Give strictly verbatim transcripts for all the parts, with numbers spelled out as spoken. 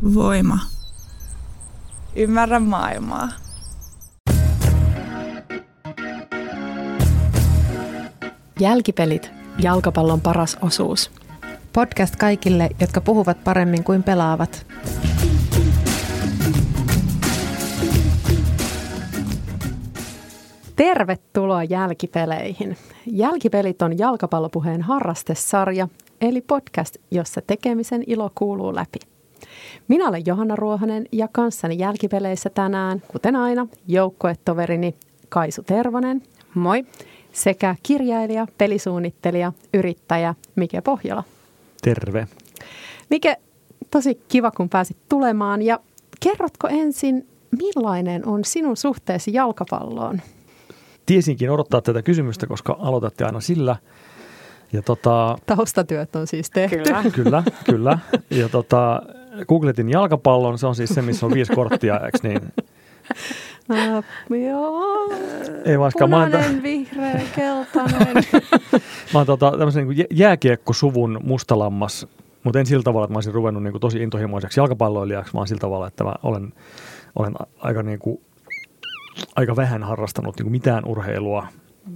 Voima. Ymmärrä maailmaa. Jälkipelit. Jalkapallon paras osuus. Podcast kaikille, jotka puhuvat paremmin kuin pelaavat. Tervetuloa Jälkipeleihin. Jälkipelit on jalkapallopuheen harrastesarja, eli podcast, jossa tekemisen ilo kuuluu läpi. Minä olen Johanna Ruohonen ja kanssani Jälkipeleissä tänään, kuten aina, joukkuetoverini Kaisu Tervonen. Moi. Sekä kirjailija, pelisuunnittelija, yrittäjä Mike Pohjola. Terve. Mike, tosi kiva kun pääsit tulemaan ja kerrotko ensin, millainen on sinun suhteesi jalkapalloon? Tiesinkin odottaa tätä kysymystä, koska aloitatte aina sillä. Ja tota, taustatyöt on siis tehty. Kyllä, kyllä. kyllä. Ja tota, googletin jalkapallon, se on siis se, missä on viisi korttia, eikö niin? Uh, joo. Ei vaikka, punainen, mä vihreä, keltainen. Mä oon tota, tämmöisen niin jääkiekkosuvun mustalammas, mutta en sillä tavalla, että mä olisin ruvennut niin kuin tosi intohimoiseksi jalkapalloilijaksi, vaan sillä tavalla, että mä olen, olen aika, niin kuin, aika vähän harrastanut niin kuin mitään urheilua,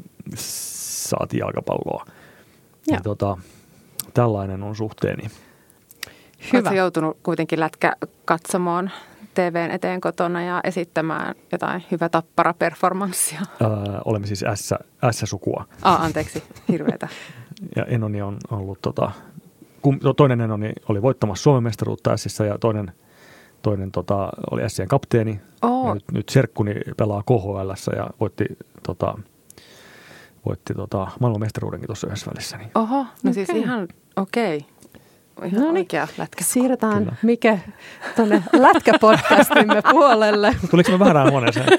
saati jalkapalloa. Ja tota, tällainen on suhteeni. Hyvä. Oletko joutunut kuitenkin lätkä katsomaan T V:n eteen kotona ja esittämään jotain hyvä tappara performanssia? Öö, olemme siis S, S-sukua. Ah, anteeksi, hirveätä. Ja Enoni on ollut, tota, kum, toinen Enoni oli voittamassa Suomen mestaruutta Sissä ja toinen, toinen tota, oli Sien kapteeni. Oh. Nyt, nyt serkkuni pelaa K H L:ssä ja voitti, tota, voitti tota, maailman mestaruudenkin tuossa yhdessä välissä. Niin. Oho, no okay. Siis ihan okei. Okay. Ihan no oikea lätkä. Siirretään Kyllä. Mike tuonne lätkäpodcastimme puolelle. Tuliko me vähän huoneeseen?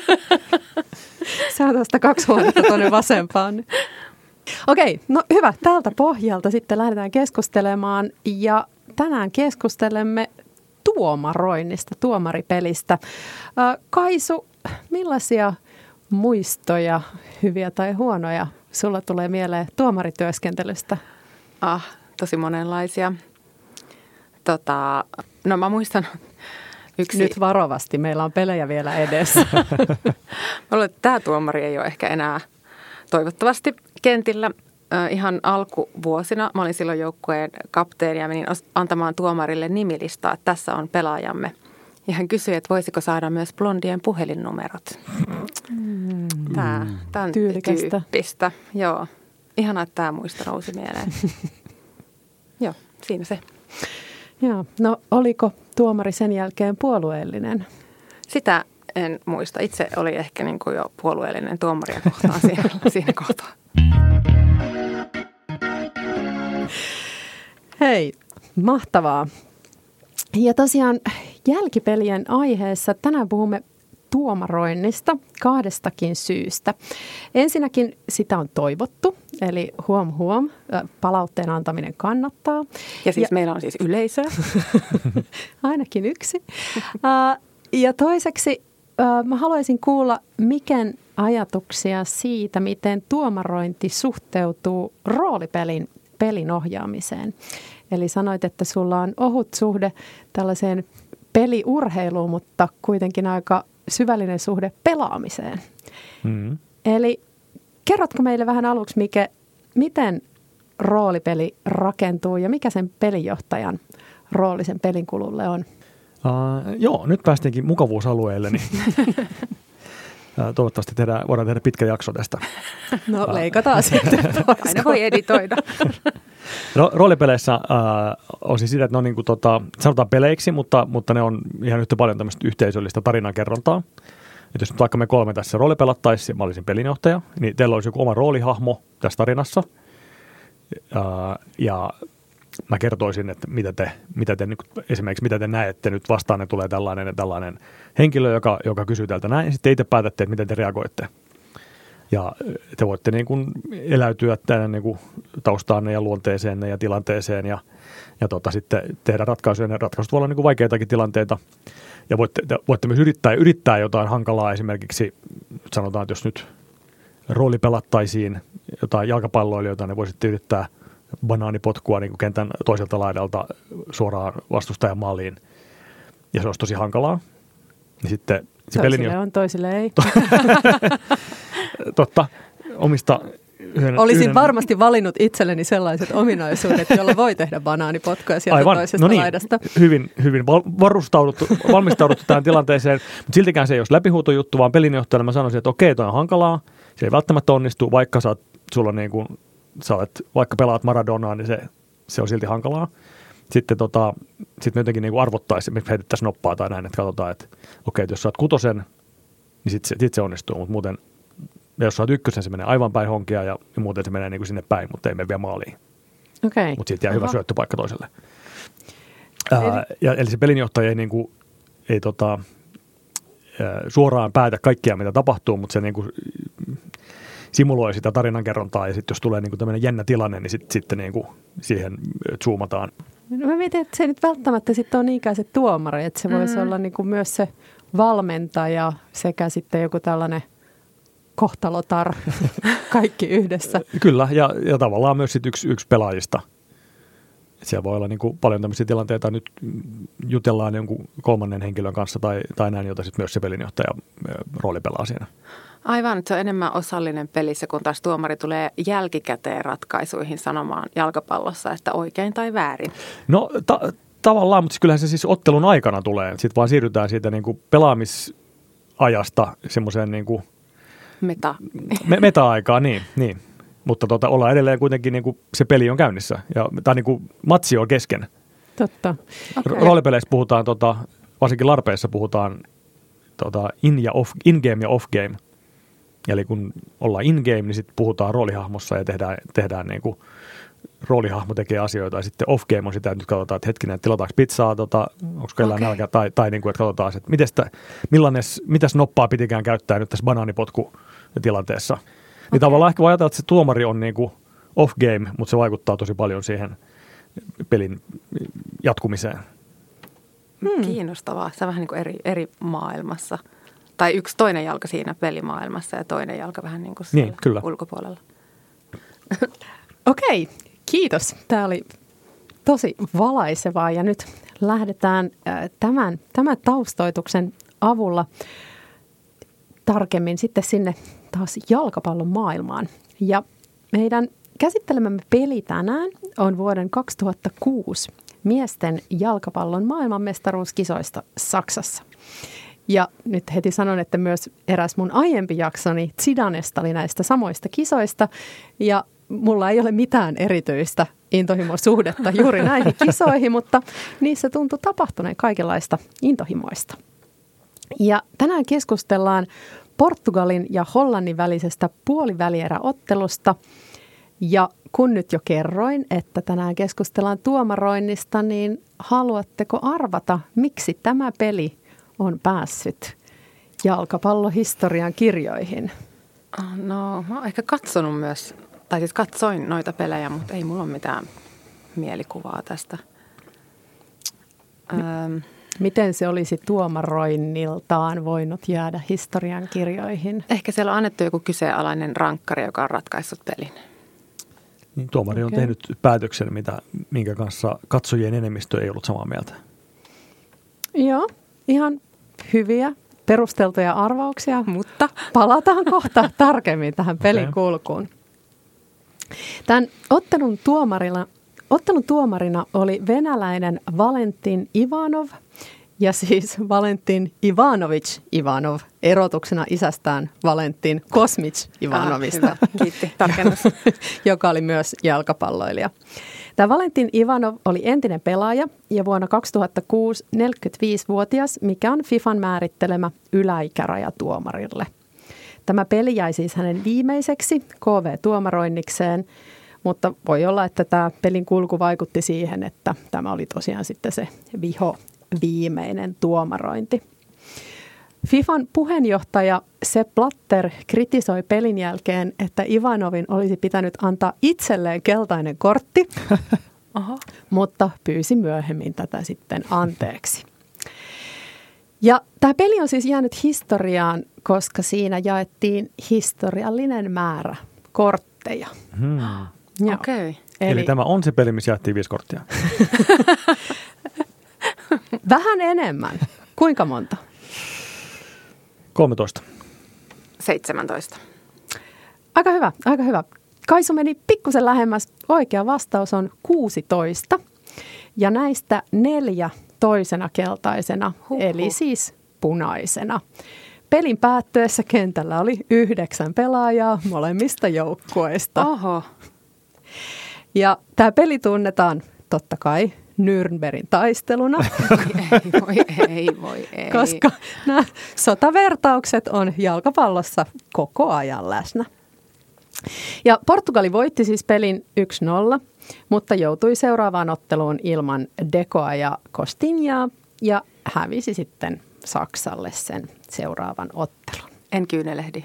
Se on tuosta kaksi huonetta tuonne vasempaan. Okei, no hyvä. Tältä pohjalta sitten lähdetään keskustelemaan ja tänään keskustelemme tuomaroinnista, tuomaripelistä. Kaisu, millaisia muistoja, hyviä tai huonoja, sulla tulee mieleen tuomarityöskentelystä? Ah, tosi monenlaisia. Tota, no mä muistan yksi... Nyt varovasti, meillä on pelejä vielä edessä. Mä luulen, että tämä tuomari ei ole ehkä enää toivottavasti kentillä. Äh, ihan alkuvuosina mä olin silloin joukkueen kapteeni ja menin antamaan tuomarille nimilistaa, että tässä on pelaajamme. Ja hän kysyi, että voisiko saada myös blondien puhelinnumerot. Mm. Tämä, tämän Tyylikästä. Tyyppistä. Joo. Ihanaa, että tämä muisto nousi mieleen. Joo, siinä se. Joo. No oliko tuomari sen jälkeen puolueellinen? Sitä en muista. Itse oli ehkä niin kuin jo puolueellinen tuomaria kohtaan siinä, siinä kohtaa. Hei, mahtavaa. Ja tosiaan jälkipelien aiheessa tänään puhumme tuomaroinnista kahdestakin syystä. Ensinnäkin sitä on toivottu, eli huom huom, palautteen antaminen kannattaa. Ja siis ja, meillä on siis yleisöä. Ainakin yksi. Ja toiseksi mä haluaisin kuulla Miken ajatuksia siitä, miten tuomarointi suhteutuu roolipelin pelin ohjaamiseen. Eli sanoit, että sulla on ohut suhde tällaiseen peliurheiluun, mutta kuitenkin aika syvällinen suhde pelaamiseen. Mm. Eli kerrotko meille vähän aluksi, Mike, miten roolipeli rakentuu ja mikä sen pelinjohtajan rooli sen pelin kululle on? Uh, joo, nyt päästiinkin mukavuusalueelle, niin toivottavasti tehdään, voidaan tehdä pitkä jakso tästä. No leikataan sitten. Aina voi editoida. Ro- roolipeleissä äh, on siis sitä, että ne on niin kuin, tota, sanotaan peleiksi, mutta, mutta ne on ihan yhtä paljon tämmöistä yhteisöllistä tarinankerrontaa. Et jos nyt vaikka me kolme tässä roolipelattaisiin, mä olisin pelinjohtaja, niin teillä olisi joku oma roolihahmo tässä tarinassa. Äh, ja mä kertoisin, että mitä te, mitä te esimerkiksi mitä te näette nyt vastaan, ne tulee tällainen ja tällainen henkilö, joka, joka kysyy tältä näin, ja sitten itse päätätte, että miten te reagoitte. Ja te voitte niin kuin eläytyä tämän niin kuin taustaanne ja luonteeseenne ja tilanteeseen ja, ja tota, sitten tehdä ratkaisuja. Ne ratkaisut voi olla niin kuin vaikeitakin tilanteita. Ja voitte, voitte myös yrittää, yrittää jotain hankalaa. Esimerkiksi sanotaan, että jos nyt rooli pelattaisiin jotain jalkapalloilijoita, niin voisitte yrittää banaanipotkua niin kuin kentän toiselta laidalta suoraan vastustajan maaliin. ja se olisi tosi hankalaa. Niin sitten se toisille pelin on, toisille ei. Totta, omista yhden, Olisin yhden... varmasti valinnut itselleni sellaiset ominaisuudet, joilla voi tehdä banaanipotkuja sieltä Aivan. toisesta No niin. laidasta. Hyvin, hyvin varustauduttu, valmistauduttu tähän tilanteeseen, mutta siltikään se ei olisi läpihuutojuttu, vaan pelinjohtajana mä sanoisin, että okei, toi on hankalaa, se ei välttämättä onnistu, vaikka sä, sulla niin kuin, sä olet, vaikka pelaat Maradonaa, niin se, se on silti hankalaa. Sitten tota, sit me jotenkin niin kuin arvottaisiin, me heitettäisiin noppaa tai näin, että katsotaan, että okei, että jos sä oot kutosen, niin sitten se, sit se onnistuu, mutta muuten, jos sä oot ykkösen, se menee aivan päin honkia ja, ja muuten se menee niin kuin sinne päin, mutta ei mene vielä maaliin. Okay. Mutta siitä jää Aha. hyvä syöttöpaikka toiselle. Ää, ja, eli se pelinjohtaja ei, niin kuin, ei tota, ää, suoraan päätä kaikkea, mitä tapahtuu, mutta se niin kuin, simuloi sitä tarinankerrontaa ja sitten jos tulee niin kuin tämmöinen jännä tilanne, niin sitten sit, niin kuin siihen zoomataan. No mä mietin, että se ei nyt välttämättä sitten ole niinkään se tuomari, että se voisi mm. olla niin kuin myös se valmentaja sekä sitten joku tällainen kohtalotar, kaikki yhdessä. Kyllä, ja, ja tavallaan myös sit yksi, yksi pelaajista. Et siellä voi olla niin kuin paljon tämmöisiä tilanteita, nyt jutellaan jonkun kolmannen henkilön kanssa tai, tai näin, jota sitten myös se pelinjohtaja rooli pelaa siinä. Aivan, se on enemmän osallinen pelissä, kun taas tuomari tulee jälkikäteen ratkaisuihin sanomaan jalkapallossa, että oikein tai väärin. No ta- tavallaan, mutta kyllähän se siis ottelun aikana tulee. Sitten vaan siirrytään siitä niin kuin pelaamisajasta semmoiseen niin kuin Meta. Me, meta-aikaa, niin. niin. Mutta tota, ollaan edelleen kuitenkin, niin kuin se peli on käynnissä. Ja, tai niin kuin matsi on kesken. Totta. Okay. Roolipeleissä puhutaan, tota, varsinkin larpeissa puhutaan tota, in, ja off, in-game ja off-game. Eli kun ollaan in-game, niin sitten puhutaan roolihahmossa ja tehdään, tehdään niin kuin roolihahmo tekee asioita. Ja sitten off-game on sitä, että nyt katsotaan, että hetkinen, tilataanko pizzaa, tota, onko kellään okay. nälkä, tai, tai niin kuin, että katsotaan, että mitästä, mitäs noppaa pitikään käyttää nyt tässä banaanipotkutilanteessa. Okay. Niin tavallaan ehkä voi ajatella, että se tuomari on niin kuin off-game, mutta se vaikuttaa tosi paljon siihen pelin jatkumiseen. Hmm. Kiinnostavaa. Se on vähän niin kuin eri, eri maailmassa. Tai yksi toinen jalka siinä pelimaailmassa ja toinen jalka vähän niin kuin siellä niin, kyllä. ulkopuolella. Okei, okay, kiitos. Tämä oli tosi valaisevaa ja nyt lähdetään tämän, tämän taustoituksen avulla tarkemmin sitten sinne taas jalkapallon maailmaan. Ja meidän käsittelemämme peli tänään on vuoden kaksituhattakuusi miesten jalkapallon maailmanmestaruuskisoista Saksassa. Ja nyt heti sanon, että myös eräs mun aiempi jaksoni Zidanesta oli näistä samoista kisoista. Ja mulla ei ole mitään erityistä intohimosuhdetta juuri näihin kisoihin, mutta niissä tuntui tapahtuneen kaikenlaista intohimoista. Ja tänään keskustellaan Portugalin ja Hollannin välisestä puolivälieräottelusta. Ja kun nyt jo kerroin, että tänään keskustellaan tuomaroinnista, niin haluatteko arvata, miksi tämä peli on päässyt jalkapallohistorian kirjoihin? No, mä oon ehkä katsonut myös, tai siis katsoin noita pelejä, mutta ei mulla ole mitään mielikuvaa tästä. Öm. Miten se olisi tuomaroinniltaan voinut jäädä historian kirjoihin? Ehkä siellä on annettu joku kyseenalainen rankkari, joka on ratkaissut pelin. Niin, tuomari on okay. tehnyt päätöksen, mitä, minkä kanssa katsojien enemmistö ei ollut samaa mieltä. Joo, ihan hyviä, perusteltuja arvauksia, mutta palataan kohta tarkemmin tähän pelin okay. kulkuun. Tämän ottelun tuomarilla, ottelun tuomarina oli venäläinen Valentin Ivanov, ja siis Valentin Ivanovic Ivanov, erotuksena isästään Valentin Kosmic Ivanovista, ah, kiitti, tarkennus, joka oli myös jalkapalloilija. Tämä Valentin Ivanov oli entinen pelaaja ja vuonna kaksituhattakuusi neljäkymmentäviisivuotias, mikä on FIFAn määrittelemä yläikäraja tuomarille. Tämä peli jäi siis hänen viimeiseksi K V-tuomaroinnikseen, mutta voi olla, että tämä pelin kulku vaikutti siihen, että tämä oli tosiaan sitten se viho viimeinen tuomarointi. FIFAn puheenjohtaja Sepp Blatter kritisoi pelin jälkeen, että Ivanovin olisi pitänyt antaa itselleen keltainen kortti, Aha. mutta pyysi myöhemmin tätä sitten anteeksi. Ja tämä peli on siis jäänyt historiaan, koska siinä jaettiin historiallinen määrä kortteja. Hmm. Okei. Okay. Eli, Eli tämä on se peli, missä jaettiin viisi korttia. Vähän enemmän. Kuinka monta? kolmetoista. seitsemäntoista. Aika hyvä, aika hyvä. Kaisu meni pikkusen lähemmäs. Oikea vastaus on kuusitoista. Ja näistä neljä toisena keltaisena, Huhhuh. eli siis punaisena. Pelin päättyessä kentällä oli yhdeksän pelaajaa molemmista joukkueista. Oho. Ja tämä peli tunnetaan totta kai Nürnbergin taisteluna, Ei voi, ei voi, ei. koska nämä sotavertaukset on jalkapallossa koko ajan läsnä. Ja Portugali voitti siis pelin yksi nolla, mutta joutui seuraavaan otteluun ilman Decoa ja Costinhaa ja hävisi sitten Saksalle sen seuraavan ottelun. En kyynelehdi.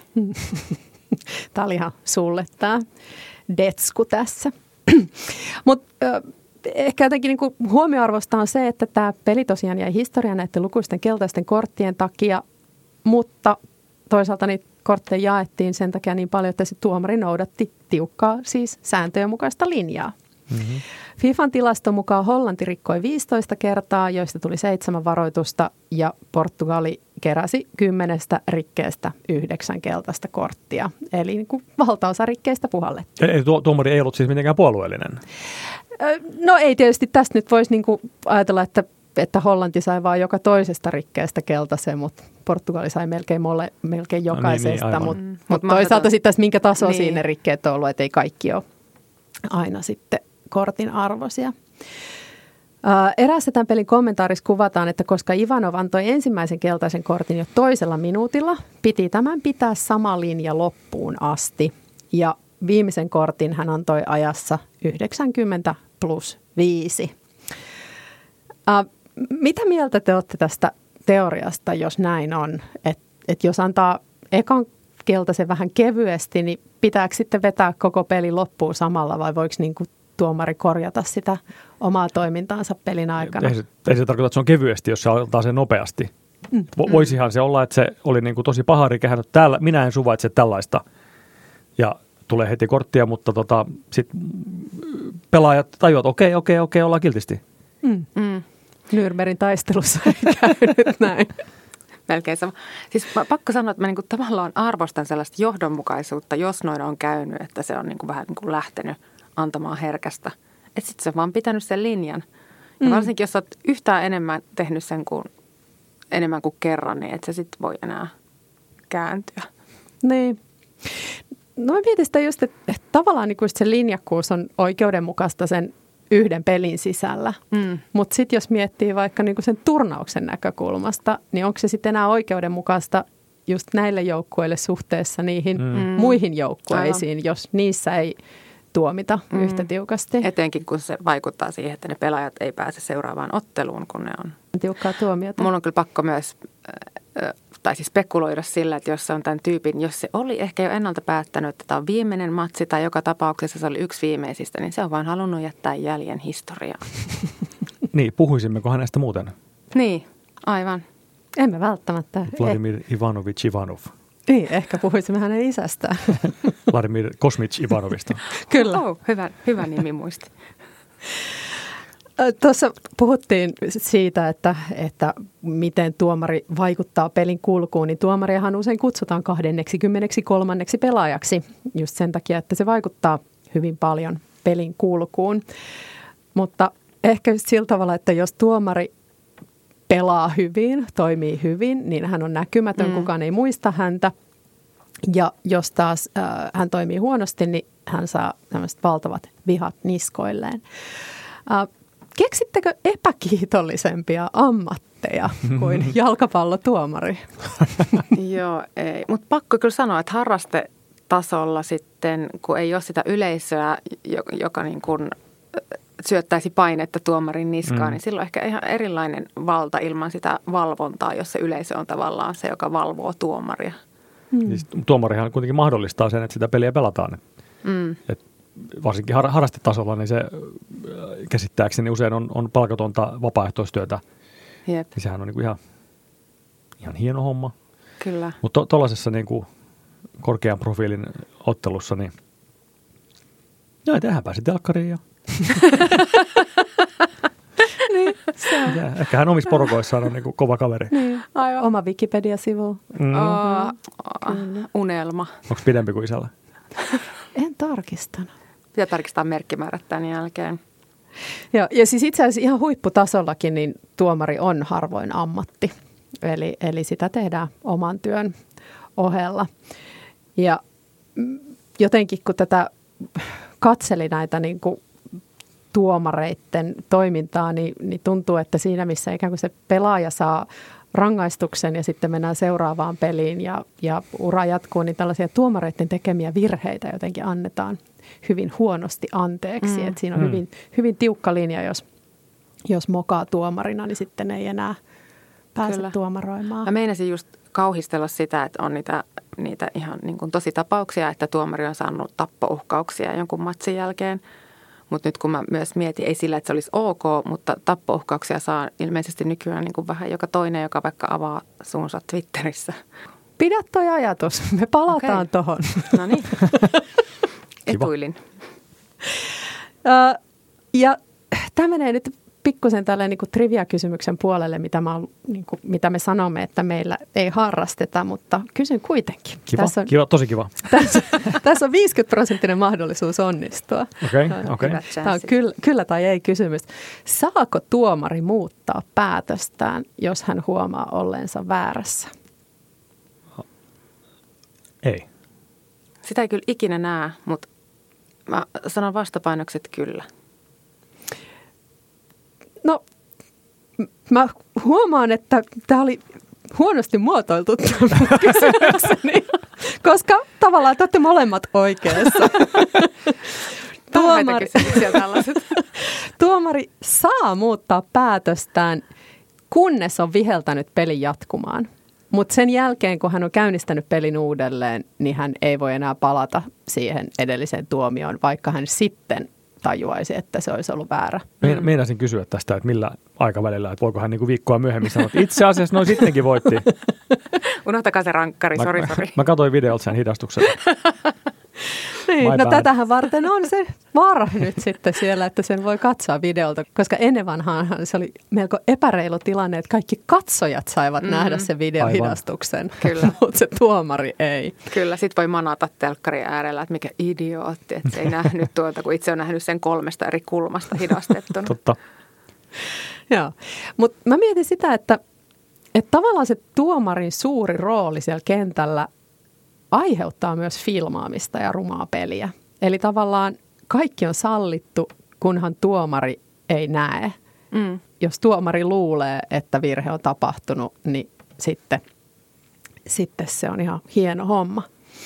Tämä oli ihan sulle tämä detsku tässä. Mutta ehkä jotenkin niinku huomioarvosta on se, että tämä peli tosiaan jäi historiaan näiden lukuisten keltaisten korttien takia, mutta toisaalta niitä kortteja jaettiin sen takia niin paljon, että se tuomari noudatti tiukkaa siis sääntöjen mukaista linjaa. Mm-hmm. FIFAn tilaston mukaan Hollanti rikkoi viisitoista kertaa, joista tuli seitsemän varoitusta ja Portugali keräsi kymmenestä rikkeestä yhdeksän keltaista korttia. Eli niin kuin valtaosa rikkeistä puhallettiin. Eli tuo, tuomari ei ollut siis mitenkään puolueellinen? No ei tietysti tästä nyt voisi niin kuin ajatella, että, että Hollanti sai vain joka toisesta rikkeestä keltaisen, mutta Portugali sai melkein, mole, melkein jokaisesta. No niin, niin, mutta Mm. mut Mut toisaalta sitten taas minkä tasoa niin. siinä rikkeet on ollut, että ei kaikki ole aina sitten kortin arvoisia. Ää, eräässä tämän pelin kommentaarissa kuvataan, että koska Ivanov antoi ensimmäisen keltaisen kortin jo toisella minuutilla, piti tämän pitää sama linja loppuun asti. Ja viimeisen kortin hän antoi ajassa yhdeksänkymmentä plus viisi. Ää, mitä mieltä te olette tästä teoriasta, jos näin on? Että et jos antaa ekan keltaisen vähän kevyesti, niin pitääkö sitten vetää koko peli loppuun samalla vai voiko niin kuin tuomari korjata sitä omaa toimintaansa pelin aikana? Ei se, ei se tarkoita, että se on kevyesti, jos se ottaa sen nopeasti. Mm. Voisihan se olla, että se oli niin kuin tosi paha rike. Täällä, minä en suvaitse tällaista. Ja tulee heti korttia, mutta tota, sitten pelaajat tajuavat, että okei, okei, okei, ollaan kiltisti. Mm. Mm. Nürnbergin taistelussa ei käynyt näin. Melkein sama. Siis pakko sanoa, että mä niinku tavallaan arvostan sellaista johdonmukaisuutta, jos noin on käynyt, että se on niinku vähän niinku lähtenyt antamaan herkästä. Että sitten se on vaan pitänyt sen linjan. Ja Mm. varsinkin, jos olet yhtään enemmän tehnyt sen kuin, enemmän kuin kerran, niin et se sitten voi enää kääntyä. Niin. No mä mietin sitä just, että, että tavallaan niin kuin se linjakkuus on oikeudenmukaista sen yhden pelin sisällä. Mm. Mutta sitten jos miettii vaikka niin kuin sen turnauksen näkökulmasta, niin onko se sitten enää oikeudenmukaista just näille joukkueille suhteessa niihin Mm. muihin joukkueisiin, jos niissä ei tuomita Mm. yhtä tiukasti. Etenkin kun se vaikuttaa siihen, että ne pelaajat ei pääse seuraavaan otteluun, kun ne on. Tiukkaa tuomiota. Mulla on kyllä pakko myös, äh, tai siis spekuloida sillä, että jos se on tämän tyypin, jos se oli ehkä jo ennalta päättänyt, että tämä on viimeinen matsi tai joka tapauksessa se oli yksi viimeisistä, niin se on vaan halunnut jättää jäljen historiaan. Niin, puhuisimmeko hänestä muuten? Niin, aivan. Emme välttämättä. Vladimir Ivanovic Ivanov. Niin, ehkä puhuisimme hänen isästään. Vladimir Kosmic Ivanovista. Kyllä. Oh, hyvä, hyvä nimi muisti. Tuossa puhuttiin siitä, että, että miten tuomari vaikuttaa pelin kulkuun, niin tuomariahan usein kutsutaan kahdenneksikymmeneksi kolmanneksi pelaajaksi just sen takia, että se vaikuttaa hyvin paljon pelin kulkuun. Mutta ehkä just sillä tavalla, että jos tuomari pelaa hyvin, toimii hyvin, niin hän on näkymätön, mm. kukaan ei muista häntä. Ja jos taas äh, hän toimii huonosti, niin hän saa tämmöiset valtavat vihat niskoilleen. Äh, Keksittekö epäkiitollisempia ammatteja kuin jalkapallotuomari? Joo, ei. Mutta pakko kyllä sanoa, että harrastetasolla sitten, kun ei ole sitä yleisöä, joka, joka niin kuin syöttäisi painetta tuomarin niskaan, mm. niin silloin ehkä ihan erilainen valta ilman sitä valvontaa, jos se yleisö on tavallaan se, joka valvoo tuomaria. Mm. Siis tuomarihan kuitenkin mahdollistaa sen, että sitä peliä pelataan. Mm. Et varsinkin har- harrastetasolla, niin se käsittääkseni usein on, on palkatonta vapaaehtoistyötä. Jep, Niin sehän on niin kuin ihan, ihan hieno homma. kyllä. Mutta tuollaisessa to, niin kuin korkean profiilin ottelussa, niin no, tehdään pääsi telkkariin ja Niin, se Ja, ehkä hän omissa porukoissaan on niin kuin kova kaveri. Niin. Aivan. Oma Wikipedia-sivu. Mm. Oh, unelma. Onko pidempi kuin isällä? En tarkistanut. Pitää tarkistaa merkkimäärät tämän jälkeen. Joo, ja siis itse asiassa ihan huipputasollakin niin tuomari on harvoin ammatti. Eli, eli sitä tehdään oman työn ohella. Ja jotenkin kun tätä katseli näitä niin kuin tuomareiden toimintaa, niin, niin tuntuu, että siinä missä ikään kuin se pelaaja saa rangaistuksen ja sitten mennään seuraavaan peliin ja, ja ura jatkuu, niin tällaisia tuomareiden tekemiä virheitä jotenkin annetaan hyvin huonosti anteeksi. Mm. Et siinä on mm. hyvin, hyvin tiukka linja, jos, jos mokaa tuomarina, niin sitten ei enää pääse Kyllä. tuomaroimaan. Mä meinasin just kauhistella sitä, että on niitä, niitä ihan niin kuin tositapauksia, että tuomari on saanut tappouhkauksia jonkun matsin jälkeen. Mutta nyt kun mä myös mietin, ei sillä, että se olisi ok, mutta tappouhkauksia saa ilmeisesti nykyään niin kuin vähän joka toinen, joka vaikka avaa suunsa Twitterissä. Pidä toi ajatus. Me palataan okay. tohon. No niin. Etuilin. Uh, ja tämä menee nyt pikkusen tälleen niin kuin trivia-kysymyksen puolelle, mitä, mä, niin kuin, mitä me sanomme, että meillä ei harrasteta, mutta kysyn kuitenkin. Kiva, tässä on, kiva tosi kiva. Tässä, tässä on viisikymmentä prosenttinen mahdollisuus onnistua. Okei, okay, okei. Okay. Tämä on kyllä, kyllä tai ei kysymys. Saako tuomari muuttaa päätöstään, jos hän huomaa olleensa väärässä? Ei. Sitä ei kyllä ikinä näe, mutta mä sanon vastapainokset kyllä. No, mä huomaan, että tämä oli huonosti muotoiltu kysymykseni, koska tavallaan te olette molemmat oikeassa. Tuomari, tuomari saa muuttaa päätöstään, kunnes on viheltänyt pelin jatkumaan. Mutta sen jälkeen, kun hän on käynnistänyt pelin uudelleen, niin hän ei voi enää palata siihen edelliseen tuomioon, vaikka hän sitten tajuaisi, että se olisi ollut väärä. Mm. Meinasin kysyä tästä, että millä aikavälillä, että voiko hän niinku viikkoa myöhemmin sanoa, että itse asiassa noin sittenkin voitti. Unohtakaa se rankkari, sori mä, sori. Mä katsoin videolta sen hidastuksen. Niin, no tätähän varten on se vaara nyt sitten siellä, että sen voi katsoa videolta, koska ennen vanhaan se oli melko epäreilu tilanne, että kaikki katsojat saivat mm. nähdä sen videohidastuksen, Kyllä. mutta se tuomari ei. Kyllä, sit voi manata telkkarin äärellä, että mikä idiootti, että se ei nähnyt tuota, kun itse on nähnyt sen kolmesta eri kulmasta hidastettuna. Totta. Joo, mutta mä mietin sitä, että, että tavallaan se tuomarin suuri rooli siellä kentällä aiheuttaa myös filmaamista ja rumaa peliä. Eli tavallaan kaikki on sallittu, kunhan tuomari ei näe. Mm. Jos tuomari luulee, että virhe on tapahtunut, niin sitten, sitten se on ihan hieno homma.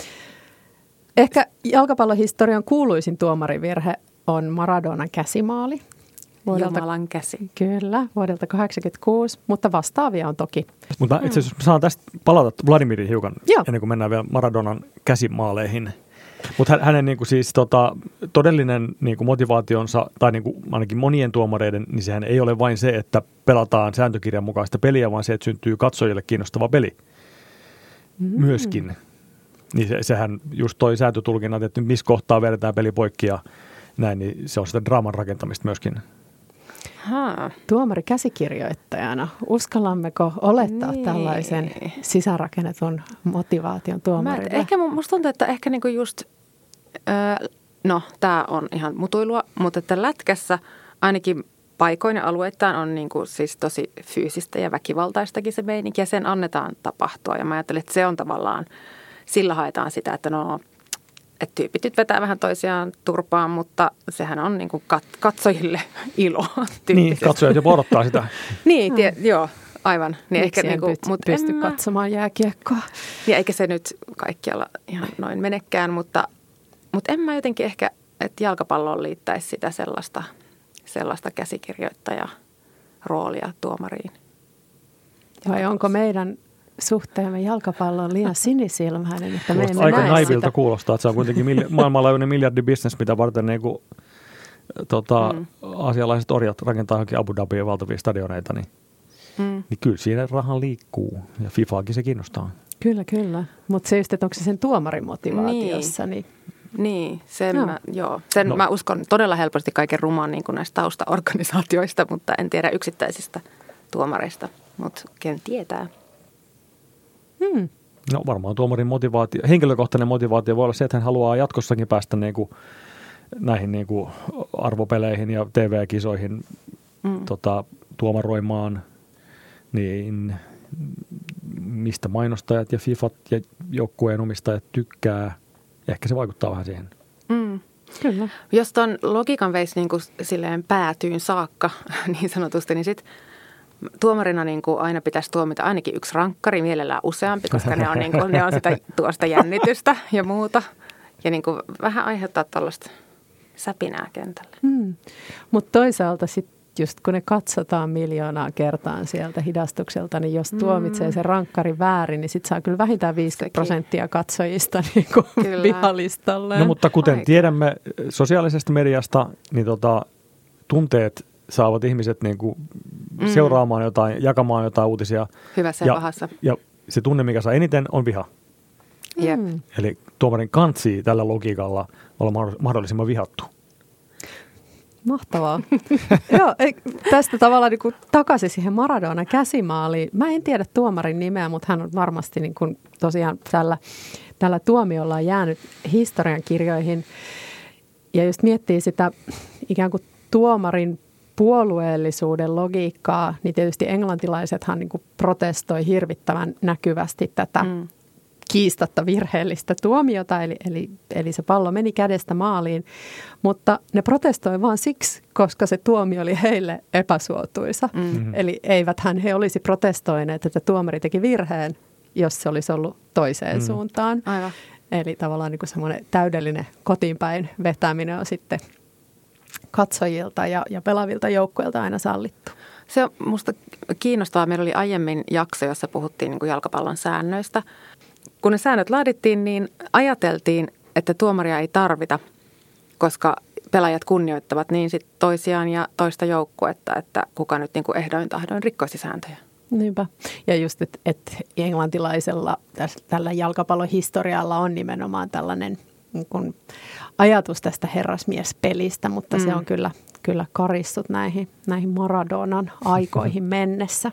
Ehkä jalkapallohistorian kuuluisin tuomarivirhe on Maradonan käsimaali. Vuodelta, Jumalan käsi. Kyllä, vuodelta kahdeksankymmentäkuusi, mutta vastaavia on toki. Mutta itse asiassa saan tästä palata Vladimirin hiukan, Joo. ennen kuin mennään vielä Maradonan käsimaaleihin. Mutta hänen niinku siis tota, todellinen niinku motivaationsa, tai niinku ainakin monien tuomareiden, niin sehän ei ole vain se, että pelataan sääntökirjan mukaista peliä, vaan se, että syntyy katsojille kiinnostava peli mm. myöskin. Niin se, sehän just toi sääntötulkinnat, että missä kohtaa vedetään peli poikki ja näin, niin se on sitä draaman rakentamista myöskin. Haa. Tuomari käsikirjoittajana, uskallammeko olettaa niin. tällaisen sisäänrakennetun motivaation tuomarille? Mä, ehkä musta tuntuu, että ehkä niinku just, öö, no tämä on ihan mutuilua, mutta että lätkässä ainakin paikoin ja alueittain on niinku siis tosi fyysistä ja väkivaltaistakin se meininki ja sen annetaan tapahtua. Ja mä ajattelen, että se on tavallaan, sillä haetaan sitä, että no, että tyypit nyt vetää vähän toisiaan turpaan, mutta sehän on niin kuin kat- katsojille ilo. Niin, katsojat jopa odottaa sitä. niin, tie, joo, aivan. Niin Miksi ehkä, en niin pysty, pysty mä... katsomaan jääkiekkoa? Ja eikä se nyt kaikkialla ihan noin menekään, mutta, mutta en mä jotenkin ehkä, että jalkapalloon liittäisi sitä sellaista, sellaista käsikirjoittajaa roolia tuomariin. Vai onko meidän suhteemme jalkapalloon liian sinisilmäinen, että me emme aika näe naivilta sitä. Kuulostaa, että se on kuitenkin mil- maailmanlaajuinen miljardibisnes, mitä varten niin kuin, tota, mm. asialaiset orjat rakentaa johonkin Abu Dhabiin valtavia stadioneita, niin, mm. niin kyllä siinä rahan liikkuu ja FIFAakin se kiinnostaa. Kyllä, kyllä. Mutta se just, että onko se sen tuomarin motivaatiossa, niin, niin Niin, sen, Joo. mä, joo. sen No. mä uskon todella helposti kaiken rumaan niin kuin näistä taustaorganisaatioista, mutta en tiedä yksittäisistä tuomareista, mutta ken tietää. Hmm. No varmaan tuomarin motivaatio, henkilökohtainen motivaatio voi olla se, että hän haluaa jatkossakin päästä niin kuin näihin niin kuin arvopeleihin ja T V-kisoihin Mm. tota, tuomaroimaan, niin mistä mainostajat ja FIFAt ja joukkueen omistajat tykkää. Ehkä se vaikuttaa vähän siihen. Mm. Kyllä. Jos ton logiikan veisi niin kuin silleen päätyyn saakka niin sanotusti, niin sit tuomarina niin kuin aina pitäisi tuomita ainakin yksi rankkari, mielellään useampi, koska ne on, niin kuin, ne on sitä tuosta jännitystä ja muuta. Ja niin kuin vähän aiheuttaa tällaista säpinää kentälle. Hmm. Mutta toisaalta sitten just kun ne katsotaan miljoonaa kertaan sieltä hidastukselta, niin jos tuomitsee sen rankkarin väärin, niin sitten saa kyllä vähintään viisikymmentä prosenttia katsojista niin vihalistalle. No mutta kuten Aika. tiedämme sosiaalisesta mediasta, niin tota, tunteet saavat ihmiset niin kuin Mm. seuraamaan jotain, jakamaan jotain uutisia. Hyvässä ja ja, pahassa. ja se tunne, mikä saa eniten, on viha. Jep. Hmm. Eli tuomarin kantsii tällä logiikalla olla mahdollisimman vihattu. Mahtavaa. Joo, ei, tästä tavallaan niin kuin takaisin siihen Maradonan käsimaaliin. Mä en tiedä tuomarin nimeä, mutta hän on varmasti niin kuin tosiaan tällä, tällä tuomiolla jäänyt historiankirjoihin. Ja just miettii sitä ikään kuin tuomarin puolueellisuuden logiikkaa, niin tietysti englantilaisethan niin kuin protestoi hirvittävän näkyvästi tätä mm. kiistatta virheellistä tuomiota, eli, eli, eli se pallo meni kädestä maaliin, mutta ne protestoi vaan siksi, koska se tuomio oli heille epäsuotuisa. Mm-hmm. Eli eiväthän he olisi protestoineet, että tuomari teki virheen, jos se olisi ollut toiseen mm. suuntaan. Aivan. Eli tavallaan niin kuin semmoinen täydellinen kotiinpäin vetäminen on sitten katsojilta ja, ja pelaavilta joukkueilta aina sallittu. Se on musta kiinnostavaa. Meillä oli aiemmin jakso, jossa puhuttiin niin kuin jalkapallon säännöistä. Kun ne säännöt laadittiin, niin ajateltiin, että tuomaria ei tarvita, koska pelaajat kunnioittavat niin sit toisiaan ja toista joukkuetta, että kuka nyt niin kuin ehdoin tahdoin rikkoisi sääntöjä. Niinpä. Ja just, että et englantilaisella tällä jalkapallon historialla on nimenomaan tällainen niin kun ajatus tästä herrasmiespelistä, mutta mm. se on kyllä, kyllä karissut näihin, näihin Maradonan aikoihin mennessä.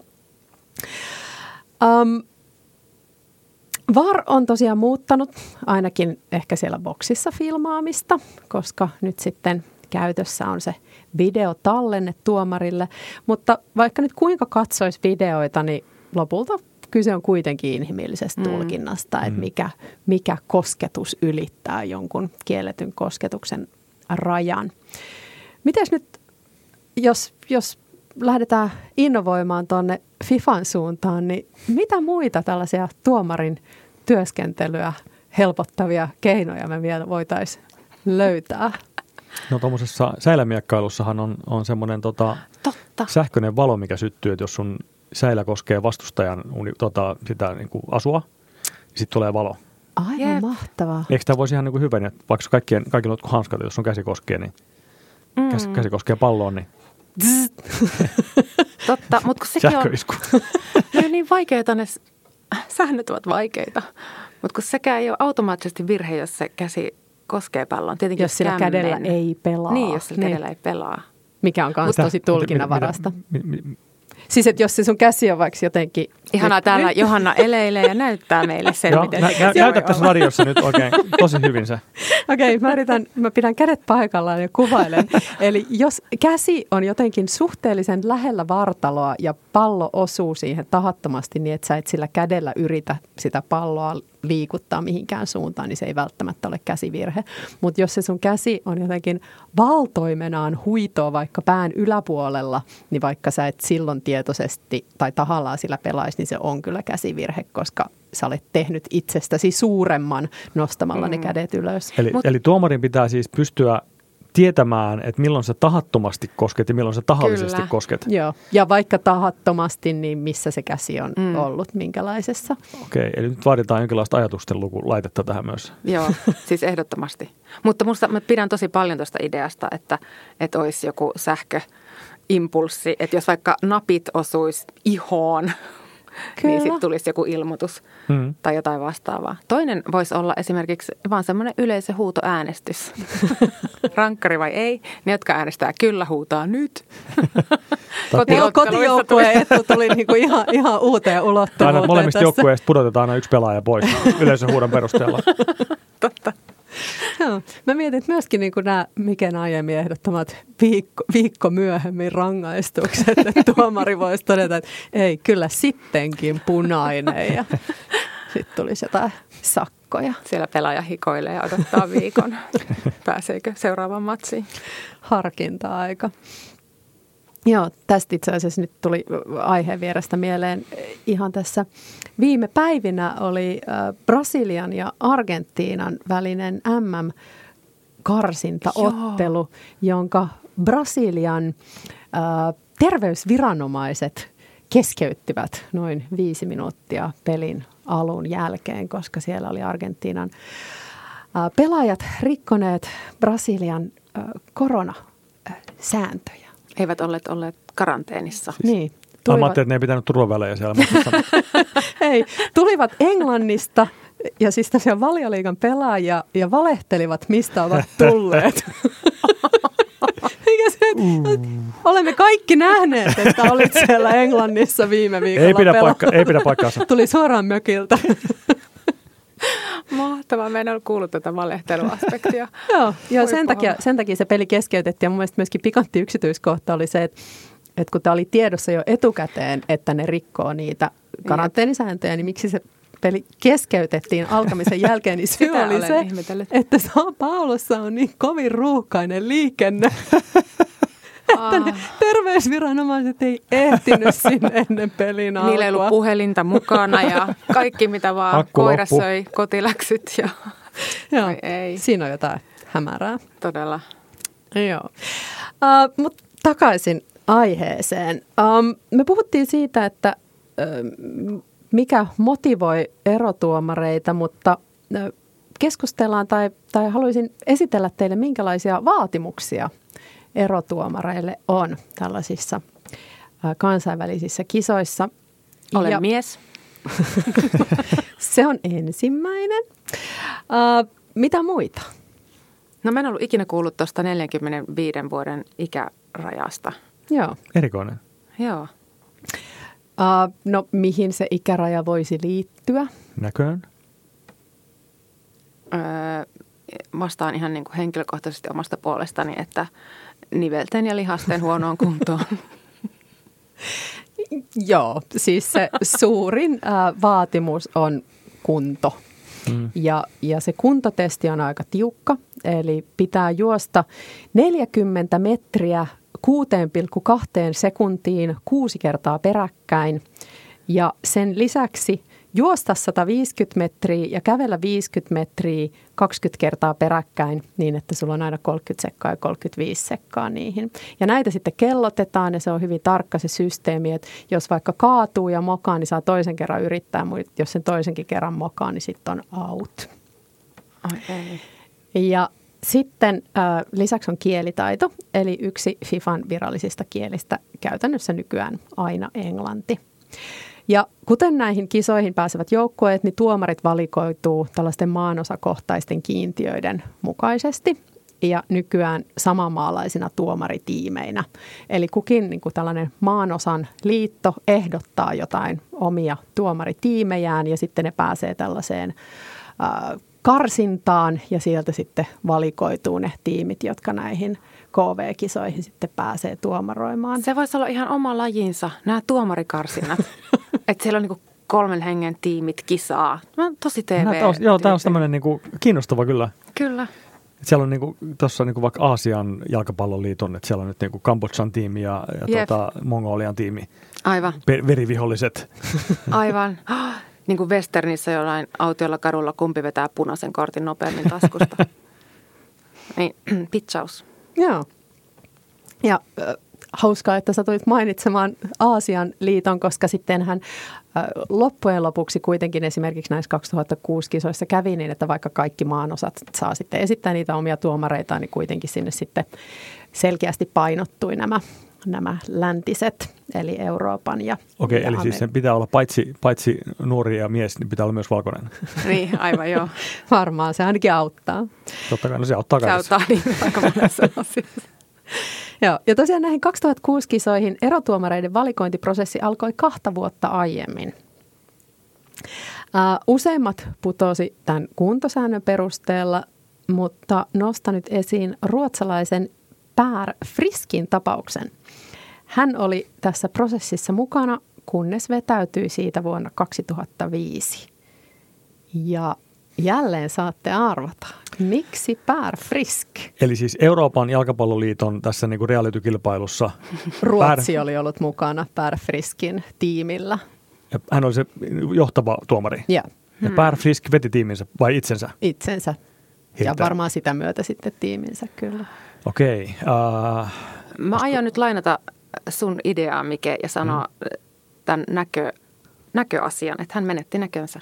Um, V A R on tosiaan muuttanut ainakin ehkä siellä boksissa filmaamista, koska nyt sitten käytössä on se videotallenne tuomarille. Mutta vaikka nyt kuinka katsoisi videoita, niin lopulta kyse on kuitenkin inhimillisestä tulkinnasta, mm. että mikä, mikä kosketus ylittää jonkun kielletyn kosketuksen rajan. Mites nyt, jos, jos lähdetään innovoimaan tuonne FIFAn suuntaan, niin mitä muita tällaisia tuomarin työskentelyä helpottavia keinoja me vielä voitaisiin löytää? No tuommoisessa säilämiekkailussahan on, on semmoinen tota, sähköinen valo, mikä syttyy, että jos sun säilä koskee vastustajan tota, sitä niin kuin asua, niin sitten tulee valo. Aivan Jep. mahtavaa. Eikö tämä voisi ihan niin kuin hyvä, niin vaikka kaikkien, kaikilla on hanskat, jos sun käsi koskee, niin mm. käsi, käsi koskee palloon, niin Totta, mutta kun sekin on, sähköisku. ne on niin vaikeita, ne säännöt ovat vaikeita, mutta kun sekään ei ole automaattisesti virhe, jos se käsi koskee pallon. Tietenkin Jos sillä kämmen. kädellä ei pelaa. Niin, jos sillä niin. kädellä ei pelaa. Mikä on myös tosi tulkinnanvarasta. Mi, mi, mi, Siis, että jos se sun käsi on vaikka jotenkin... Ihanaa, täällä Johanna eleilee ja näyttää meille sen, Joo, miten nä, se nä, näytä tässä radiossa nyt oikein tosi hyvin se. Okei, okay, mä yritän, mä pidän kädet paikallaan ja kuvailen. Eli jos käsi on jotenkin suhteellisen lähellä vartaloa ja pallo osuu siihen tahattomasti niin, että sä et sillä kädellä yritä sitä palloa liikuttaa mihinkään suuntaan, niin se ei välttämättä ole käsivirhe. Mutta jos se sun käsi on jotenkin valtoimenaan huitoa vaikka pään yläpuolella, niin vaikka sä et silloin tietoisesti tai tahallaan sillä pelaisi, niin se on kyllä käsivirhe, koska sä olet tehnyt itsestäsi suuremman nostamalla mm. ne kädet ylös. Eli, Mut, eli tuomarin pitää siis pystyä tietämään, että milloin sä tahattomasti kosket ja milloin sä tahallisesti Kyllä. kosket. Joo, ja vaikka tahattomasti, niin missä se käsi on mm. ollut, minkälaisessa. Okei, eli nyt vaaditaan jonkinlaista ajatustenlukulaitetta tähän myös. Joo, siis ehdottomasti. Mutta musta mä pidän tosi paljon tuosta ideasta, että, että olisi joku sähköimpulssi, että jos vaikka napit osuisi ihoon, Kyllä. niin sitten tulisi joku ilmoitus mm. tai jotain vastaavaa. Toinen voisi olla esimerkiksi vaan semmoinen yleisöhuutoäänestys. Rankkari vai ei? Ne, jotka äänestää kyllä, huutaa nyt. Kotijoukkueen etu tuli niinku ihan, ihan uuteen ulottuvuuteen. Aina molemmista joukkueista pudotetaan aina yksi pelaaja pois yleisöhuudon perusteella. Totta. Joo. Mä mietin, että myöskin niin nämä Miken aiemmin ehdottomat viikko, viikko myöhemmin rangaistukset, että tuomari voisi todeta, että ei, kyllä sittenkin punainen ja sitten tulisi jotain sakkoja. Siellä pelaaja hikoilee ja odottaa viikon. Pääseekö seuraavaan matsiin? Harkinta-aika. Joo, tästä itse asiassa nyt tuli aiheen vierestä mieleen. Ihan tässä viime päivinä oli Brasilian ja Argentiinan välinen M M-karsintaottelu, Joo. jonka Brasilian ää, terveysviranomaiset keskeyttivät noin viisi minuuttia pelin alun jälkeen, koska siellä oli Argentiinan ää, pelaajat rikkoneet Brasilian ää, koronasääntöjä. Eivät olleet olleet karanteenissa. Niin. Tulivat... Mä ajattelin, että ne ei pitänyt turvavälejä siellä. Ei, tulivat Englannista ja siis tosiaan Valioliigan pelaajia ja valehtelivat, mistä ovat tulleet. Eikä se, mm. Olemme kaikki nähneet, että olit siellä Englannissa viime viikolla. Ei pidä, paikka, ei pidä paikkaansa. Tuli suoraan mökiltä. Mahtavaa, mä en ole kuullut tätä valehteluaspektia. Joo, ja sen takia, sen takia se peli keskeytettiin ja mun mielestä myöskin pikantti yksityiskohta oli se, että, että kun tämä oli tiedossa jo etukäteen, että ne rikkoo niitä karanteenisääntöjä, niin miksi se peli keskeytettiin alkamisen jälkeen, niin syy oli se, ihmetellyt. Että Sao Paulossa on niin kovin ruuhkainen liikenne, että ne terveysviranomaiset ei ehtinyt sinne ennen pelin alkua. Niillä ei ollut puhelinta mukana ja kaikki mitä vaan Akku koira loppu. söi, kotiläksyt ja Joo, ei. Siinä on jotain hämärää. Todella. Joo, uh, mutta takaisin aiheeseen. Um, me puhuttiin siitä, että uh, mikä motivoi erotuomareita, mutta uh, keskustellaan tai, tai haluaisin esitellä teille, minkälaisia vaatimuksia erotuomareille on tällaisissa uh, kansainvälisissä kisoissa. Olen ja mies. Se on ensimmäinen. Uh, mitä muita? No mä en ollut ikinä kuullut tuosta neljänkymmenenviiden vuoden ikärajasta. Joo. Erikoinen. Joo. Uh, no mihin se ikäraja voisi liittyä? Näköön. Öö, vastaan ihan niin kuin henkilökohtaisesti omasta puolestani, että nivelten ja lihasten huonoon kuntoon. Joo, siis se suurin uh, vaatimus on kunto. Mm. Ja, ja se kuntotesti on aika tiukka, eli pitää juosta neljäkymmentä metriä kuusi pilkku kaksi sekuntiin kuusi kertaa peräkkäin ja sen lisäksi juosta sata viisikymmentä metriä ja kävellä viisikymmentä metriä kaksikymmentä kertaa peräkkäin niin, että sulla on aina kolmekymmentä sekkaa ja kolmekymmentäviisi sekkaa niihin. Ja näitä sitten kellotetaan ja se on hyvin tarkka se systeemi, että jos vaikka kaatuu ja mokaa, niin saa toisen kerran yrittää, mutta jos sen toisenkin kerran mokaa, niin sitten on out. Ai ei. Ja sitten äh, lisäksi on kielitaito, eli yksi FIFAn virallisista kielistä käytännössä nykyään aina englanti. Ja kuten näihin kisoihin pääsevät joukkueet, niin tuomarit valikoituu tällaisten maanosakohtaisten kiintiöiden mukaisesti ja nykyään samanmaalaisina tuomaritiimeinä. Eli kukin niin kuin tällainen maanosan liitto ehdottaa jotain omia tuomaritiimejään ja sitten ne pääsee tällaiseen äh, karsintaan ja sieltä sitten valikoituu ne tiimit, jotka näihin K V-kisoihin sitten pääsee tuomaroimaan. Se voisi olla ihan oma lajinsa, nämä tuomarikarsinnat. Että siellä on niinku kolmen hengen tiimit kisaa. No, tosi T V. No, joo, tämä on tämmöinen niinku kiinnostava kyllä. Kyllä. Siellä on niinku, tuossa niinku vaikka Aasian jalkapalloliiton, että siellä on nyt niinku Kambodžan tiimi ja, ja tota, Mongolian tiimi. Aivan. Per, veriviholliset. Aivan. Niin kuin Westernissä jollain autiolla kadulla, kumpi vetää punaisen kortin nopeammin taskusta. Niin, pitchaus. Joo. Ja äh, hauskaa, että sä tulit mainitsemaan Aasian liiton, koska sittenhän äh, loppujen lopuksi kuitenkin esimerkiksi näissä kaksituhattakuusi kisoissa kävi niin, että vaikka kaikki maanosat saa sitten esittää niitä omia tuomareitaan, niin kuitenkin sinne sitten selkeästi painottui nämä nämä läntiset, eli Euroopan ja Okei, ja eli siis sen pitää olla paitsi, paitsi nuori ja mies, niin pitää olla myös valkoinen. Niin, aivan joo. Varmaan se ainakin auttaa. Totta kai, no se auttaa Se kaikessa. auttaa niin aika monessa asiassa. Joo, ja tosiaan näihin kaksituhattakuusi kisoihin erotuomareiden valikointiprosessi alkoi kahta vuotta aiemmin. Uh, useimmat putosi tämän kuntosäännön perusteella, mutta nostan nyt esiin ruotsalaisen Per Friskin tapauksen. Hän oli tässä prosessissa mukana, kunnes vetäytyi siitä vuonna kaksituhattaviisi. Ja jälleen saatte arvata, miksi Per Frisk? Eli siis Euroopan jalkapalloliiton tässä niin kuin reality-kilpailussa. Ruotsi Per, oli ollut mukana Per Friskin tiimillä. ja hän oli se johtava tuomari. Ja Ja Per Frisk veti tiiminsä vai itsensä? itsensä. Hirveä. Ja varmaan sitä myötä sitten tiiminsä kyllä. Okei. Uh, Mä aion nyt lainata sun ideaa, Mike, ja sanoa mm. tämän näkö, näköasian, että hän menetti näkönsä.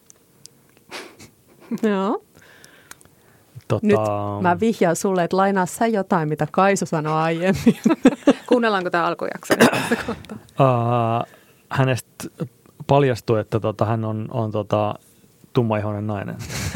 Joo. tota, Nyt mä vihjaan sulle, että lainaa sä jotain, mitä Kaisu sanoi aiemmin. Kuunnellaanko tämä alkujakso tässä kohtaa? uh, hänestä paljastui, että tota, hän on, on tota, tummaihoinen nainen.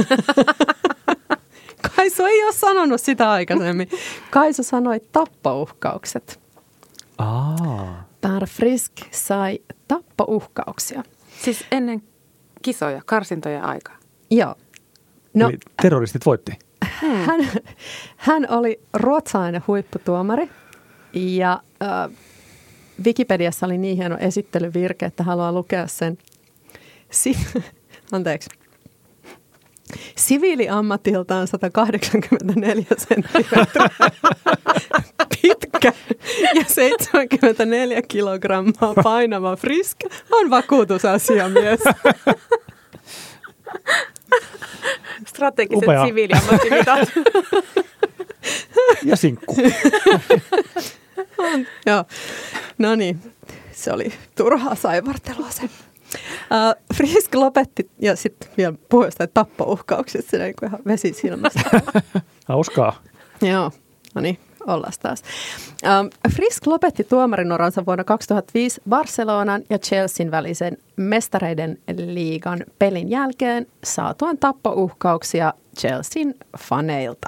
Kaisu ei ole sanonut sitä aikaisemmin. Kaisu sanoi tappouhkaukset. Aa. Per Frisk sai tappouhkauksia. Siis ennen kisoja, karsintojen aikaa. Joo. No, Eli terroristit voitti. hän, hän oli ruotsalainen huipputuomari ja äh, Wikipediassa oli niin hieno esittelyvirke, että haluaa lukea sen. Si- Anteeksi. Siviiliammatiltaan sata kahdeksankymmentäneljä senttimetriä pitkä ja seitsemänkymmentäneljä kilogrammaa painava Frisk on vakuutusasiamies. Strategiset Upea. siviiliammattimitat. Ja sinkku. On, joo. No niin, se oli turhaa saivartelua se. Uh, Frisk lopetti, ja sitten vielä puhui jostain tappouhkauksista, se niin kuin ihan vesi silmästä. Hauskaa. Joo, no niin, ollaan taas. Um, Frisk lopetti tuomarinoransa vuonna kaksituhattaviisi Barcelonan ja Chelsean välisen mestareiden liigan pelin jälkeen saatuaan tappouhkauksia Chelsean faneilta.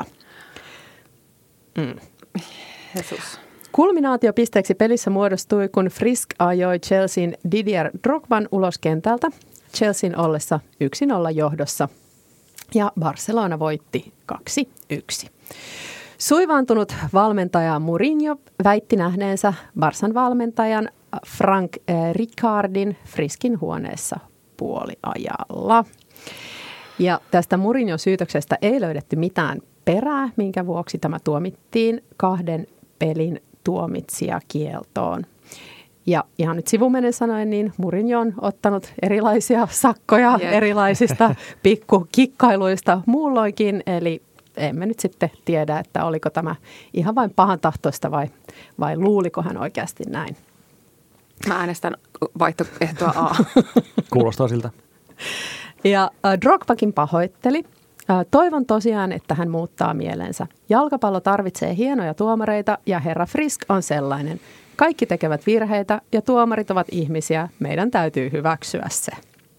Mm. Jesus. Kulminaatiopisteeksi pelissä muodostui, kun Frisk ajoi Chelsean Didier Drogban ulos kentältä, Chelsean ollessa yksi nolla johdossa, ja Barcelona voitti kaksi yksi. Suivaantunut valmentaja Mourinho väitti nähneensä Barsan valmentajan Frank Rijkaardin Friskin huoneessa puoliajalla. Ja tästä Mourinhon syytöksestä ei löydetty mitään perää, minkä vuoksi tämä tuomittiin kahden pelin tuomitsijakieltoon. Ja ihan nyt sivumennen sanoen, niin Mourinho on ottanut erilaisia sakkoja Jep. erilaisista pikkukikkailuista muulloinkin, eli emme nyt sitten tiedä, että oliko tämä ihan vain pahantahtoista vai, vai luuliko hän oikeasti näin. Mä äänestän vaihtoehtoa A. Kuulostaa siltä. Ja äh, Drogbakin pahoitteli. Äh, toivon tosiaan, että hän muuttaa mielensä. Jalkapallo tarvitsee hienoja tuomareita ja herra Frisk on sellainen. Kaikki tekevät virheitä ja tuomarit ovat ihmisiä. Meidän täytyy hyväksyä se.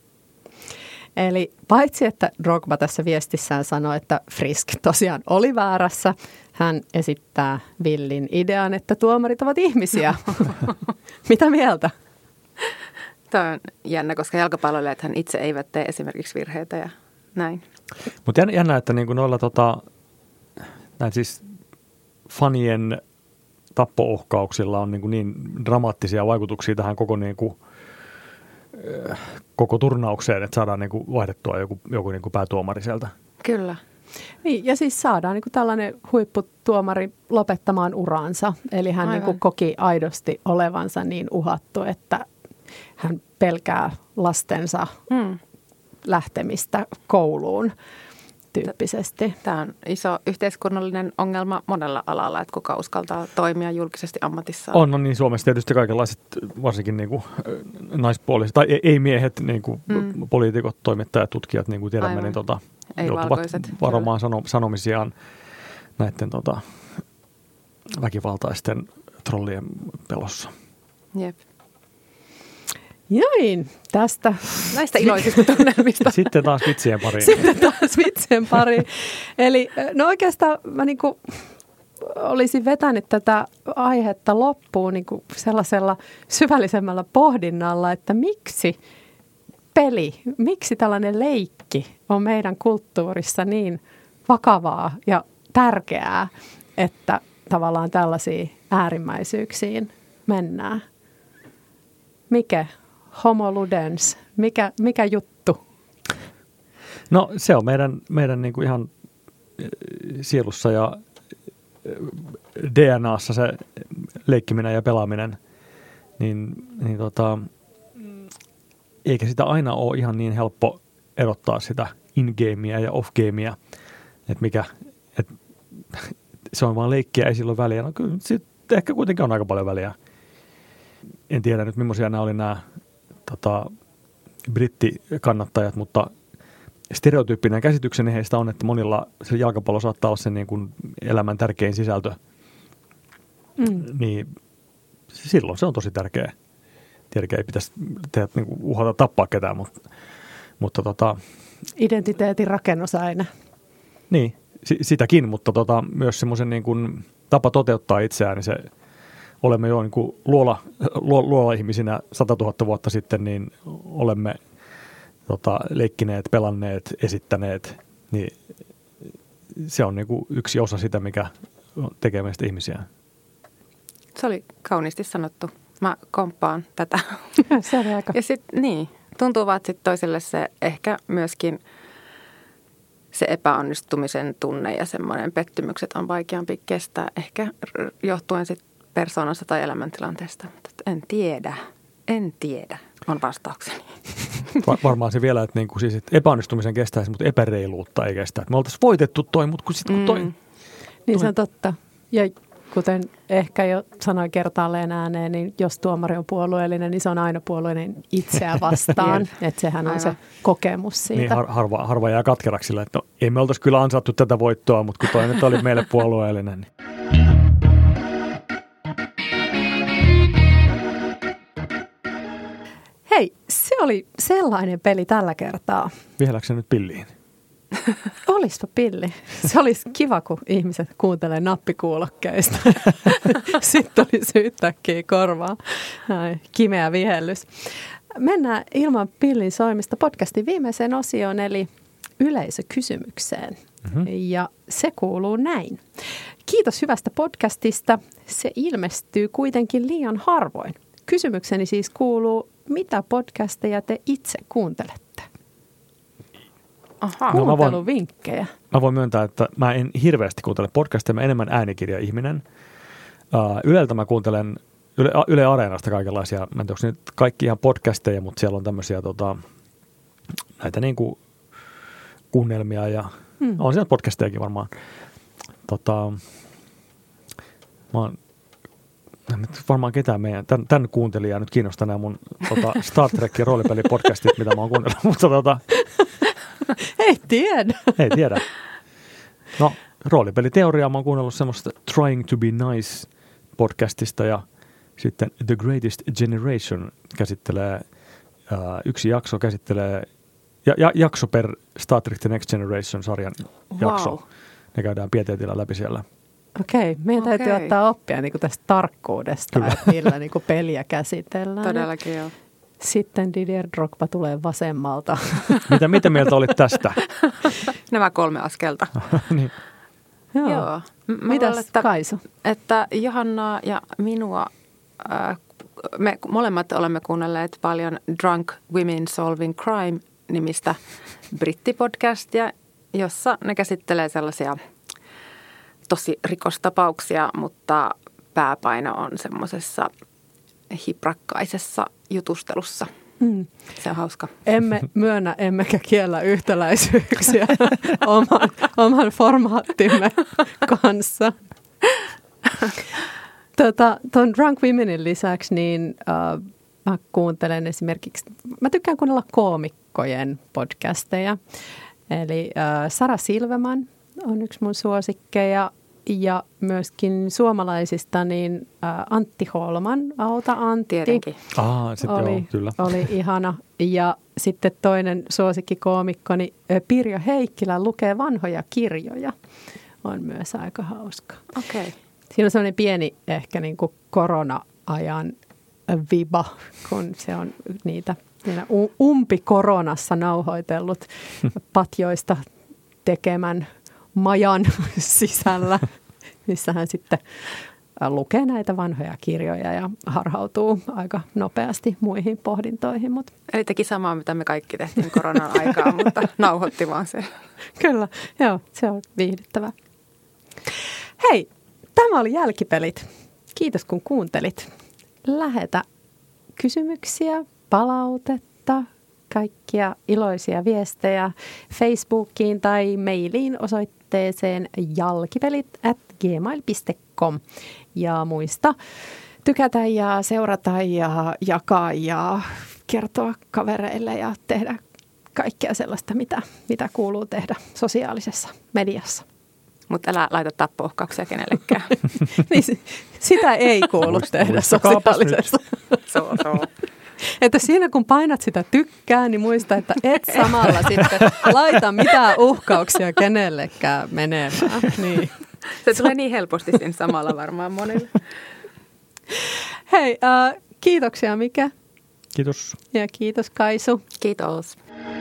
Eli paitsi, että Drogba tässä viestissään sanoi, että Frisk tosiaan oli väärässä, hän esittää villin idean, että tuomarit ovat ihmisiä. Mitä mieltä? Tämä on jännä, koska jalkapalloilijathan itse eivät tee esimerkiksi virheitä ja näin. Mutta jännä, että niinku noilla tota, näin siis fanien tappouhkauksilla on niinku niin dramaattisia vaikutuksia tähän koko, niinku, äh, koko turnaukseen, että saadaan niinku vaihdettua joku, joku niinku päätuomari sieltä. Kyllä. Niin, ja siis saadaan niin kuin tällainen huipputuomari lopettamaan uransa. Eli hän niin kuin koki aidosti olevansa niin uhattu, että hän pelkää lastensa Hmm. lähtemistä kouluun tyyppisesti. Tämä on iso yhteiskunnallinen ongelma monella alalla, että kuka uskaltaa toimia julkisesti ammatissaan. On, no niin Suomessa tietysti kaikenlaiset, varsinkin niinku, naispuoliset, tai ei, ei miehet, niinku, mm. poliitikot, toimittajat, tutkijat, niin kuin tiedämme, Aivan. niin tota, Ei joutuvat valkoiset, varomaan sano, sanomisiaan näiden tota, väkivaltaisten trollien pelossa. Jep. Join tästä. Näistä iloisista tunnelmista. Sitten taas vitsien pariin. Sitten taas vitsien pariin. Eli no oikeastaan mä niinku olisin vetänyt tätä aihetta loppuun niinku sellaisella syvällisemmällä pohdinnalla, että miksi peli, miksi tällainen leikki on meidän kulttuurissa niin vakavaa ja tärkeää, että tavallaan tällaisiin äärimmäisyyksiin mennään. Mikä? Homo ludens. Mikä, mikä juttu? No se on meidän, meidän niin kuin ihan sielussa ja D N A:ssa se leikkiminen ja pelaaminen. Niin, niin tota, eikä sitä aina ole ihan niin helppo erottaa sitä in-gamea ja off-gamea, että mikä, että se on vaan leikkiä, ei sillä ole väliä. No kyllä sitten ehkä kuitenkin on aika paljon väliä. En tiedä nyt, millaisia nämä oli nämä tota, brittikannattajat, mutta stereotyyppinen käsitykseni heistä on, että monilla se jalkapallo saattaa olla se niin kuin elämän tärkein sisältö. Mm. Niin silloin se on tosi tärkeä. Tietenkin ei pitäisi tehdä, niin kuin uhata tappaa ketään, mutta, mutta tota, identiteetin rakennus aina. Niin, s- sitäkin, mutta tota, myös semmoisen niin kuin tapa toteuttaa itseään, niin se olemme jo niin kuin luola, luola-ihmisinä satatuhatta vuotta sitten, niin olemme tota, leikkineet, pelanneet, esittäneet, niin se on niin kuin yksi osa sitä, mikä tekee meistä ihmisiä. Se oli kauniisti sanottu. Mä komppaan tätä. Se oli aika. Ja sitten niin, tuntuu vaan, että sit toiselle se ehkä myöskin se epäonnistumisen tunne ja semmoinen pettymykset on vaikeampi kestää. Ehkä johtuen sitten persoonasta tai elämäntilanteesta. Mutta en tiedä, en tiedä on vastaukseni. Va- varmaan se vielä, että, niinku, siis, että epäonnistumisen kestäisi, mutta epäreiluutta ei kestä. Että me oltaisiin voitettu toi, mutta kun sitten kun toi... Mm. Niin se on totta. Ja kuten ehkä jo sanoin kertaalleen ääneen, niin jos tuomari on puolueellinen, niin se on aina puolueellinen itseä vastaan. Että sehän on Aivan. se kokemus siitä. Niin har- harva, harva jää katkeraksi sillä, että no, ei me oltaisi kyllä ansattu tätä voittoa, mutta kun toi nyt oli meille puolueellinen. Niin. Hei, se oli sellainen peli tällä kertaa. Vihelläkö se nyt pilliin? Olispa pilli. Se olisi kiva, kun ihmiset kuuntelee nappikuulokkeista. Sitten olisi yhtäkkiä korvaa. Ai, kimeä vihellys. Mennään ilman pillin soimista podcastin viimeiseen osioon, eli yleisökysymykseen. Mm-hmm. Ja se kuuluu näin. Kiitos hyvästä podcastista. Se ilmestyy kuitenkin liian harvoin. Kysymykseni siis kuuluu, mitä podcasteja te itse kuuntelette? Aha. No, mä voin- Kuunteluvinkkejä. Mä voin myöntää, että mä en hirveästi kuuntele podcasteja, mä enemmän äänikirja-ihminen. Uh, Yleltä mä kuuntelen Yle, Yle Areenasta kaikenlaisia, mä en tiedä, onko nyt kaikki ihan podcasteja, mutta siellä on tämmöisiä tota, näitä niin kuin kuunnelmia ja hmm. on siellä podcastejakin varmaan. Tota, mä oon en nyt varmaan ketään meidän, tämän, tämän kuuntelijaa nyt kiinnostaa nämä mun tota, Star Trek ja roolipelipodcastit, mitä mä oon kuunnellut, mutta tota, Ei tiedä. ei tiedä. No, roolipeliteoriaa mä oon kuunnellut semmoista Trying to be Nice podcastista ja sitten The Greatest Generation käsittelee, äh, yksi jakso käsittelee, ja, ja, jakso per Star Trek The Next Generation-sarjan jakso. Wow. Ne käydään pieteetillä läpi siellä. Okei, meidän Okei. täytyy ottaa oppia niin kuin tästä tarkkuudesta, Kyllä. että millä niin kuin peliä käsitellään. Todellakin joo. Sitten Didier Drogba tulee vasemmalta. Mitä, mitä mieltä olit tästä? Nämä kolme askelta. niin. Joo. Joo. M- mä Mitäs luulen, että, Kaisu? että Johannaa ja minua, äh, me molemmat olemme kuunnelleet paljon Drunk Women Solving Crime-nimistä brittipodcastia, jossa ne käsittelee sellaisia tosi rikostapauksia, mutta pääpaino on semmoisessa hiprakkaisessa jutustelussa. Mm. Se on hauska. Emme myönnä emmekä kiellä yhtäläisyyksiä oman, oman formaattimme kanssa. Tota, tuon Drunk Womenin lisäksi niin äh, mä kuuntelen esimerkiksi, mä tykkään kuunnella koomikkojen podcasteja. Eli äh, Sara Silverman on yksi mun suosikkeja ja myöskin suomalaisista niin ä, Antti Holman, Auta Antti. Tietenkin. Ah, sitten oli, joo, kyllä. oli ihana. Ja sitten toinen suosikkikoomikkoni Pirjo Heikkilä lukee vanhoja kirjoja. On myös aika hauska. Okei. Okay. Siinä on sellainen pieni ehkä niin kuin korona-ajan viba, kun se on niitä umpikoronassa nauhoitellut patjoista tekemän majan sisällä, missä hän sitten lukee näitä vanhoja kirjoja ja harhautuu aika nopeasti muihin pohdintoihin. Mutta Eli teki samaa, mitä me kaikki tehtiin koronan aikaa, mutta nauhoitti vaan se. Kyllä, joo, se on viihdyttävää. Hei, tämä oli Jälkipelit. Kiitos kun kuuntelit. Lähetä kysymyksiä, palautetta, kaikkia iloisia viestejä Facebookiin tai mailiin osoitteeseen jalkipelit at gmail piste com. Ja muista tykätä ja seurata ja jakaa ja kertoa kavereille ja tehdä kaikkea sellaista, mitä, mitä kuuluu tehdä sosiaalisessa mediassa. Mutta älä laita tappouhkauksia kenellekään. Niin, sitä ei kuulu tehdä sosiaalisessa. So, so. Että siinä kun painat sitä tykkää, niin muista, että et samalla sitten laita mitään uhkauksia kenellekään menemään. Niin. Se tulee niin helposti siinä samalla varmaan monille. Hei, äh, kiitoksia Mike. Kiitos. Ja kiitos Kaisu. Kiitos.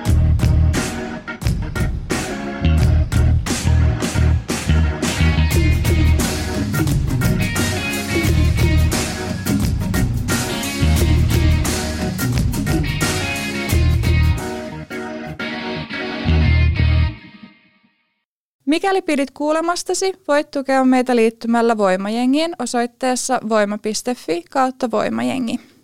Mikäli pidit kuulemastasi, voit tukea meitä liittymällä Voimajengiin osoitteessa voima piste fi kautta voimajengi.